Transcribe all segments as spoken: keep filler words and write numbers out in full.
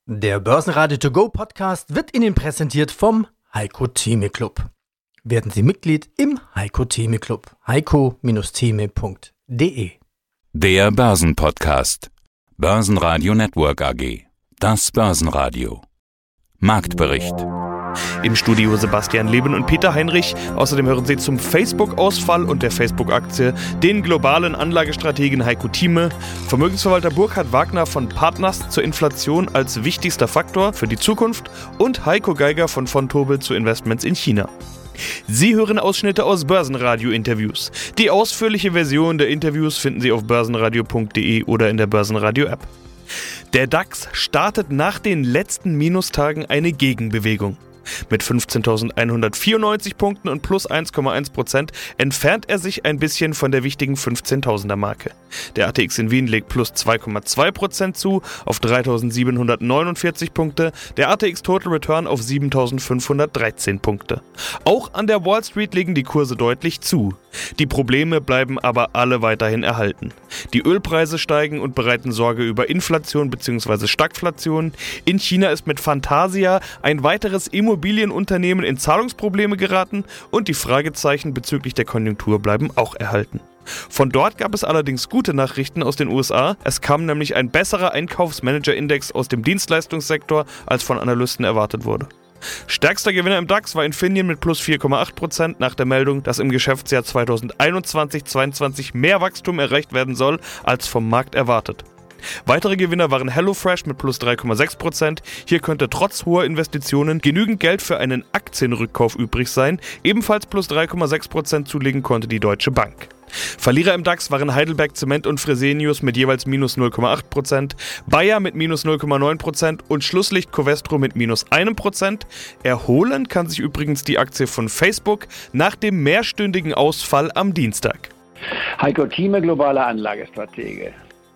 Der Börsenradio To Go Podcast wird Ihnen präsentiert vom Heiko Theme Club. Werden Sie Mitglied im Heiko Theme Club. heiko Theme punkt de. Der Börsenpodcast. Börsenradio Network A G. Das Börsenradio. Marktbericht. Im Studio Sebastian Leben und Peter Heinrich. Außerdem hören Sie zum Facebook-Ausfall und der Facebook-Aktie den globalen Anlagestrategen Heiko Thieme, Vermögensverwalter Burkhard Wagner von Partners zur Inflation als wichtigster Faktor für die Zukunft und Heiko Geiger von Vontobel zu Investments in China. Sie hören Ausschnitte aus Börsenradio-Interviews. Die ausführliche Version der Interviews finden Sie auf börsenradio punkt de oder in der Börsenradio-App. Der DAX startet nach den letzten Minustagen eine Gegenbewegung. Mit fünfzehntausendeinhundertvierundneunzig Punkten und plus eins Komma eins Prozent entfernt er sich ein bisschen von der wichtigen fünfzehntausender-Marke. Der A T X in Wien legt plus zwei Komma zwei Prozent zu auf dreitausendsiebenhundertneunundvierzig Punkte, der A T X Total Return auf siebentausendfünfhundertdreizehn Punkte. Auch an der Wall Street legen die Kurse deutlich zu. Die Probleme bleiben aber alle weiterhin erhalten. Die Ölpreise steigen und bereiten Sorge über Inflation bzw. Stagflation. In China ist mit Fantasia ein weiteres Immobilienunternehmen in Zahlungsprobleme geraten und die Fragezeichen bezüglich der Konjunktur bleiben auch erhalten. Von dort gab es allerdings gute Nachrichten aus den U S A. Es kam nämlich ein besserer Einkaufsmanager-Index aus dem Dienstleistungssektor, als von Analysten erwartet wurde. Stärkster Gewinner im DAX war Infineon mit plus vier Komma acht Prozent nach der Meldung, dass im Geschäftsjahr zweitausendeinundzwanzig zweiundzwanzig mehr Wachstum erreicht werden soll, als vom Markt erwartet. Weitere Gewinner waren HelloFresh mit plus drei Komma sechs Prozent. Hier könnte trotz hoher Investitionen genügend Geld für einen Aktienrückkauf übrig sein. Ebenfalls plus drei Komma sechs Prozent zulegen konnte die Deutsche Bank. Verlierer im DAX waren Heidelberg Zement und Fresenius mit jeweils minus null Komma acht Prozent, Bayer mit minus null Komma neun Prozent und Schlusslicht Covestro mit minus einem Prozent. Erholen kann sich übrigens die Aktie von Facebook nach dem mehrstündigen Ausfall am Dienstag. Heiko Thieme, globaler Anlagestratege.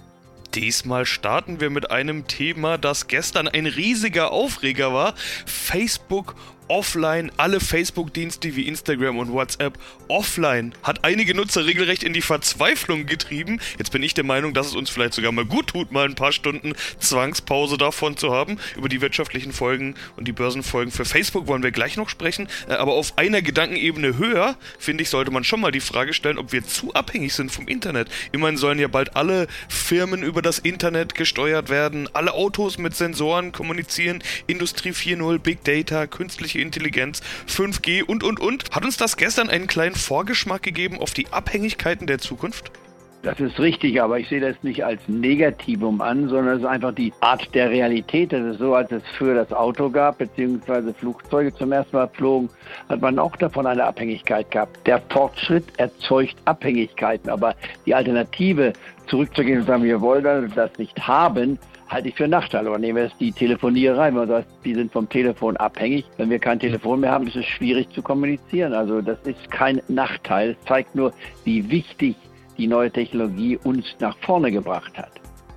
Diesmal starten wir mit einem Thema, das gestern ein riesiger Aufreger war. Facebook offline, alle Facebook-Dienste wie Instagram und WhatsApp offline, hat einige Nutzer regelrecht in die Verzweiflung getrieben. Jetzt bin ich der Meinung, dass es uns vielleicht sogar mal gut tut, mal ein paar Stunden Zwangspause davon zu haben. Über die wirtschaftlichen Folgen und die Börsenfolgen für Facebook wollen wir gleich noch sprechen. Aber auf einer Gedankenebene höher, finde ich, sollte man schon mal die Frage stellen, ob wir zu abhängig sind vom Internet. Immerhin sollen ja bald alle Firmen über das Internet gesteuert werden, alle Autos mit Sensoren kommunizieren, Industrie vier Punkt null, Big Data, künstliche Intelligenz, fünf G und, und, und. Hat uns das gestern einen kleinen Vorgeschmack gegeben auf die Abhängigkeiten der Zukunft? Das ist richtig, aber ich sehe das nicht als Negativum an, sondern es ist einfach die Art der Realität. Das ist so, als es früher das Auto gab, beziehungsweise Flugzeuge zum ersten Mal flogen, hat man auch davon eine Abhängigkeit gehabt. Der Fortschritt erzeugt Abhängigkeiten, aber die Alternative, zurückzugehen und sagen, wir wollen das nicht haben, halte ich für Nachteil. Aber nehmen wir jetzt die Telefonierei, wenn man sagt, die sind vom Telefon abhängig. Wenn wir kein Telefon mehr haben, ist es schwierig zu kommunizieren. Also das ist kein Nachteil. Es zeigt nur, wie wichtig die neue Technologie uns nach vorne gebracht hat.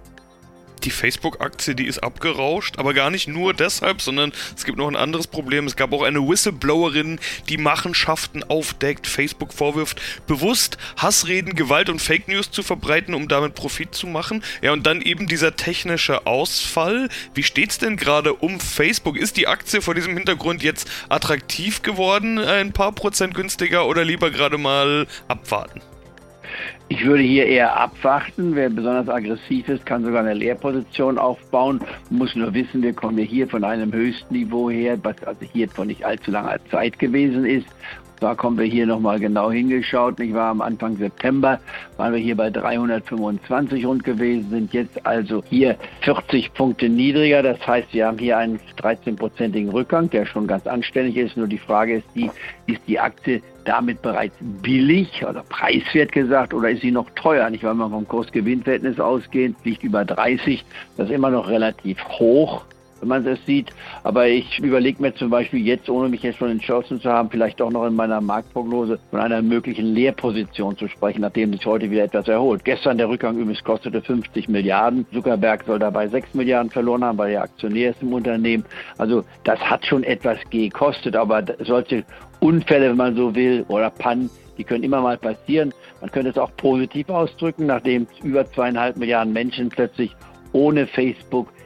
Die Facebook-Aktie, die ist abgerauscht, aber gar nicht nur deshalb, sondern es gibt noch ein anderes Problem. Es gab auch eine Whistleblowerin, die Machenschaften aufdeckt, Facebook vorwirft, bewusst Hassreden, Gewalt und Fake News zu verbreiten, um damit Profit zu machen. Ja, und dann eben dieser technische Ausfall. Wie steht's denn gerade um Facebook? Ist die Aktie vor diesem Hintergrund jetzt attraktiv geworden, ein paar Prozent günstiger oder lieber gerade mal abwarten? Ich würde hier eher abwarten. Wer besonders aggressiv ist, kann sogar eine Leerposition aufbauen. Man muss nur wissen, wir kommen hier von einem Höchstniveau her, was also hier vor nicht allzu langer Zeit gewesen ist. Da kommen wir hier nochmal genau hingeschaut. Ich war am Anfang September, waren wir hier bei dreihundertfünfundzwanzig rund gewesen, sind jetzt also hier vierzig Punkte niedriger. Das heißt, wir haben hier einen dreizehnprozentigen Rückgang, der schon ganz anständig ist. Nur die Frage ist die, ist die Aktie damit bereits billig oder preiswert gesagt oder ist sie noch teuer? Nicht, weil man vom Kurs-Gewinn-Verhältnis ausgehend liegt über dreißig. Das ist immer noch relativ hoch, wenn man das sieht. Aber ich überlege mir zum Beispiel jetzt, ohne mich jetzt schon entschlossen zu haben, vielleicht auch noch in meiner Marktprognose von einer möglichen Leerposition zu sprechen, nachdem sich heute wieder etwas erholt. Gestern der Rückgang übrigens kostete fünfzig Milliarden. Zuckerberg soll dabei sechs Milliarden verloren haben, weil er Aktionär ist im Unternehmen. Also das hat schon etwas gekostet, aber solche Unfälle, wenn man so will, oder Pannen, die können immer mal passieren. Man könnte es auch positiv ausdrücken, nachdem über zweieinhalb Milliarden Menschen plötzlich ohne Facebook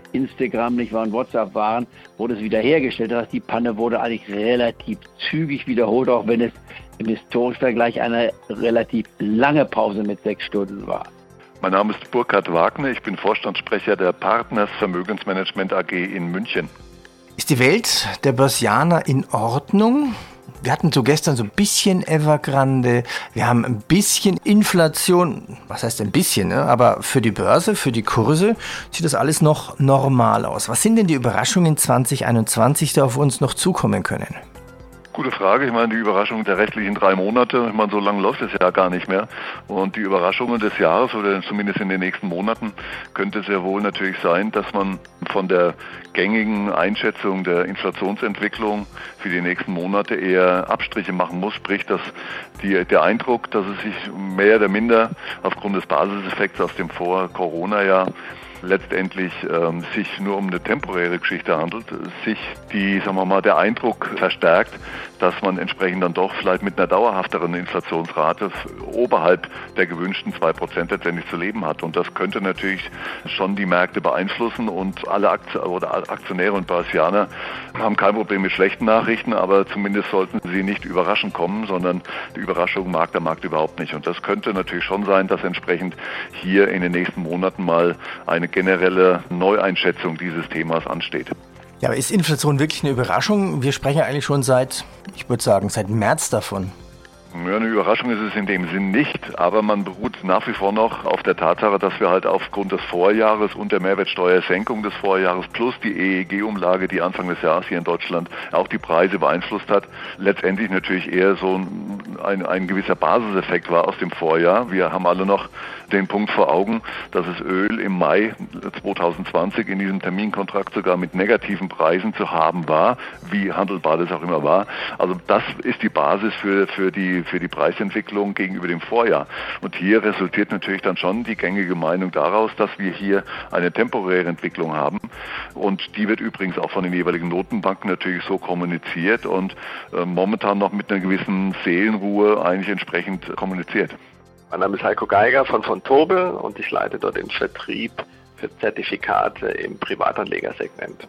Instagram nicht war und WhatsApp waren, wurde es wiederhergestellt. Das heißt, die Panne wurde eigentlich relativ zügig wiederholt, auch wenn es im historischen Vergleich eine relativ lange Pause mit sechs Stunden war. Mein Name ist Burkhard Wagner, ich bin Vorstandssprecher der Partners Vermögensmanagement A G in München. Ist die Welt der Börsianer in Ordnung? Wir hatten so gestern so ein bisschen Evergrande, wir haben ein bisschen Inflation, was heißt ein bisschen, ne? Aber für die Börse, für die Kurse sieht das alles noch normal aus. Was sind denn die Überraschungen zwanzig einundzwanzig, die auf uns noch zukommen können? Gute Frage. Ich meine, die Überraschungen der restlichen drei Monate, ich meine, so lange läuft es ja gar nicht mehr. Und die Überraschungen des Jahres oder zumindest in den nächsten Monaten könnte sehr wohl natürlich sein, dass man von der gängigen Einschätzung der Inflationsentwicklung für die nächsten Monate eher Abstriche machen muss. Sprich, dass die, der Eindruck, dass es sich mehr oder minder aufgrund des Basiseffekts aus dem Vor-Corona-Jahr letztendlich ähm, sich nur um eine temporäre Geschichte handelt, sich die, sagen wir mal, der Eindruck verstärkt, dass man entsprechend dann doch vielleicht mit einer dauerhafteren Inflationsrate oberhalb der gewünschten zwei Prozent letztendlich zu leben hat. Und das könnte natürlich schon die Märkte beeinflussen und alle Aktion- oder Aktionäre und Börsianer haben kein Problem mit schlechten Nachrichten, aber zumindest sollten sie nicht überraschend kommen, sondern die Überraschung mag der Markt überhaupt nicht. Und das könnte natürlich schon sein, dass entsprechend hier in den nächsten Monaten mal eine generelle Neueinschätzung dieses Themas ansteht. Ja, aber ist Inflation wirklich eine Überraschung? Wir sprechen eigentlich schon seit, ich würde sagen, seit März davon. Ja, eine Überraschung ist es in dem Sinn nicht, aber man beruht nach wie vor noch auf der Tatsache, dass wir halt aufgrund des Vorjahres und der Mehrwertsteuersenkung des Vorjahres plus die E E G-Umlage, die Anfang des Jahres hier in Deutschland auch die Preise beeinflusst hat, letztendlich natürlich eher so ein, ein gewisser Basiseffekt war aus dem Vorjahr. Wir haben alle noch den Punkt vor Augen, dass es Öl im Mai zwanzig zwanzig in diesem Terminkontrakt sogar mit negativen Preisen zu haben war, wie handelbar das auch immer war. Also das ist die Basis für, für die für die Preisentwicklung gegenüber dem Vorjahr. Und hier resultiert natürlich dann schon die gängige Meinung daraus, dass wir hier eine temporäre Entwicklung haben. Und die wird übrigens auch von den jeweiligen Notenbanken natürlich so kommuniziert und äh, momentan noch mit einer gewissen Seelenruhe eigentlich entsprechend kommuniziert. Mein Name ist Heiko Geiger von Vontobel und ich leite dort den Vertrieb für Zertifikate im Privatanlegersegment.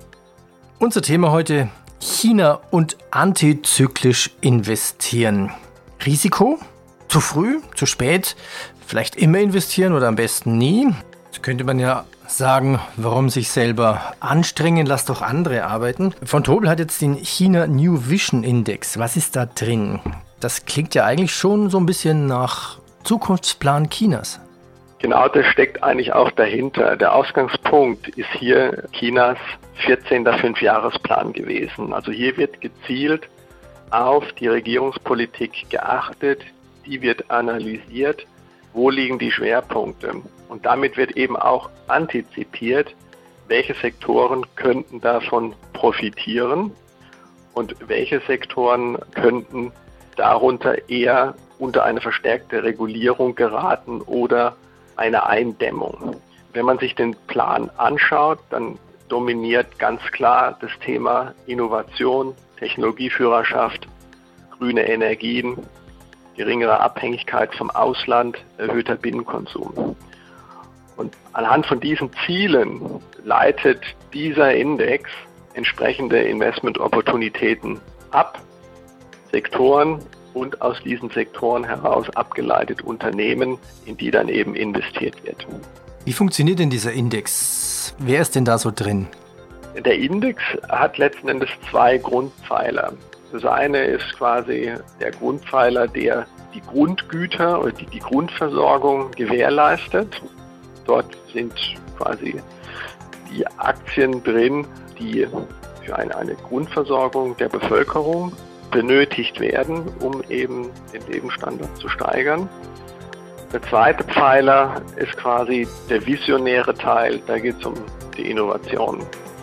Unser Thema heute: China und antizyklisch investieren. Risiko? Zu früh? Zu spät? Vielleicht immer investieren oder am besten nie? Jetzt könnte man ja sagen, warum sich selber anstrengen, lass doch andere arbeiten. Vontobel hat jetzt den China New Vision Index. Was ist da drin? Das klingt ja eigentlich schon so ein bisschen nach Zukunftsplan Chinas. Genau, das steckt eigentlich auch dahinter. Der Ausgangspunkt ist hier Chinas vierzehnter Fünfjahresplan gewesen. Also hier wird gezielt auf die Regierungspolitik geachtet, die wird analysiert, wo liegen die Schwerpunkte. Und damit wird eben auch antizipiert, welche Sektoren könnten davon profitieren und welche Sektoren könnten darunter eher unter eine verstärkte Regulierung geraten oder eine Eindämmung. Wenn man sich den Plan anschaut, dann dominiert ganz klar das Thema Innovation, Technologieführerschaft, grüne Energien, geringere Abhängigkeit vom Ausland, erhöhter Binnenkonsum. Und anhand von diesen Zielen leitet dieser Index entsprechende Investmentopportunitäten ab, Sektoren und aus diesen Sektoren heraus abgeleitet Unternehmen, in die dann eben investiert wird. Wie funktioniert denn dieser Index? Wer ist denn da so drin? Der Index hat letzten Endes zwei Grundpfeiler. Das eine ist quasi der Grundpfeiler, der die Grundgüter oder die, die Grundversorgung gewährleistet. Dort sind quasi die Aktien drin, die für eine, eine Grundversorgung der Bevölkerung benötigt werden, um eben den Lebensstandard zu steigern. Der zweite Pfeiler ist quasi der visionäre Teil, da geht es um die Innovation,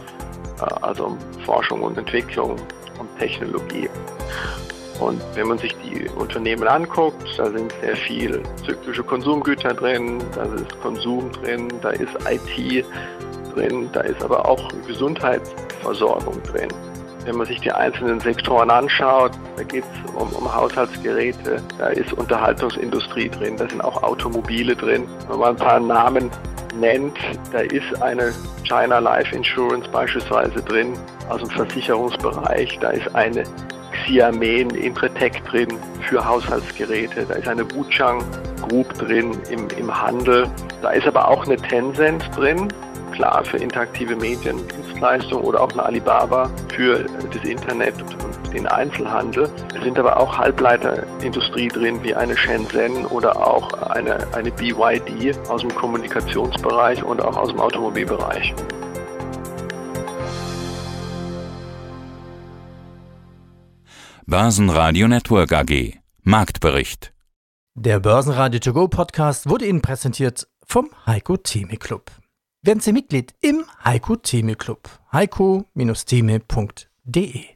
also um Forschung und Entwicklung, um Technologie. Und wenn man sich die Unternehmen anguckt, da sind sehr viel zyklische Konsumgüter drin, da ist Konsum drin, da ist I T drin, da ist aber auch Gesundheitsversorgung drin. Wenn man sich die einzelnen Sektoren anschaut, da geht es um, um Haushaltsgeräte, da ist Unterhaltungsindustrie drin, da sind auch Automobile drin. Wenn man ein paar Namen nennt, da ist eine China Life Insurance beispielsweise drin, aus dem Versicherungsbereich, da ist eine Xiamen Intratec drin für Haushaltsgeräte, da ist eine Wuchang Group drin im, im Handel, da ist aber auch eine Tencent drin, klar für interaktive Mediendienstleistungen oder auch eine Alibaba für das Internet und den Einzelhandel. Es sind aber auch Halbleiterindustrie drin, wie eine Shenzhen oder auch eine, eine B Y D aus dem Kommunikationsbereich und auch aus dem Automobilbereich. Börsenradio Network A G. Marktbericht. Der Börsenradio To Go Podcast wurde Ihnen präsentiert vom Heiko Theme Club. Werden Sie Mitglied im Heiko Theme Club. heiko Theme punkt de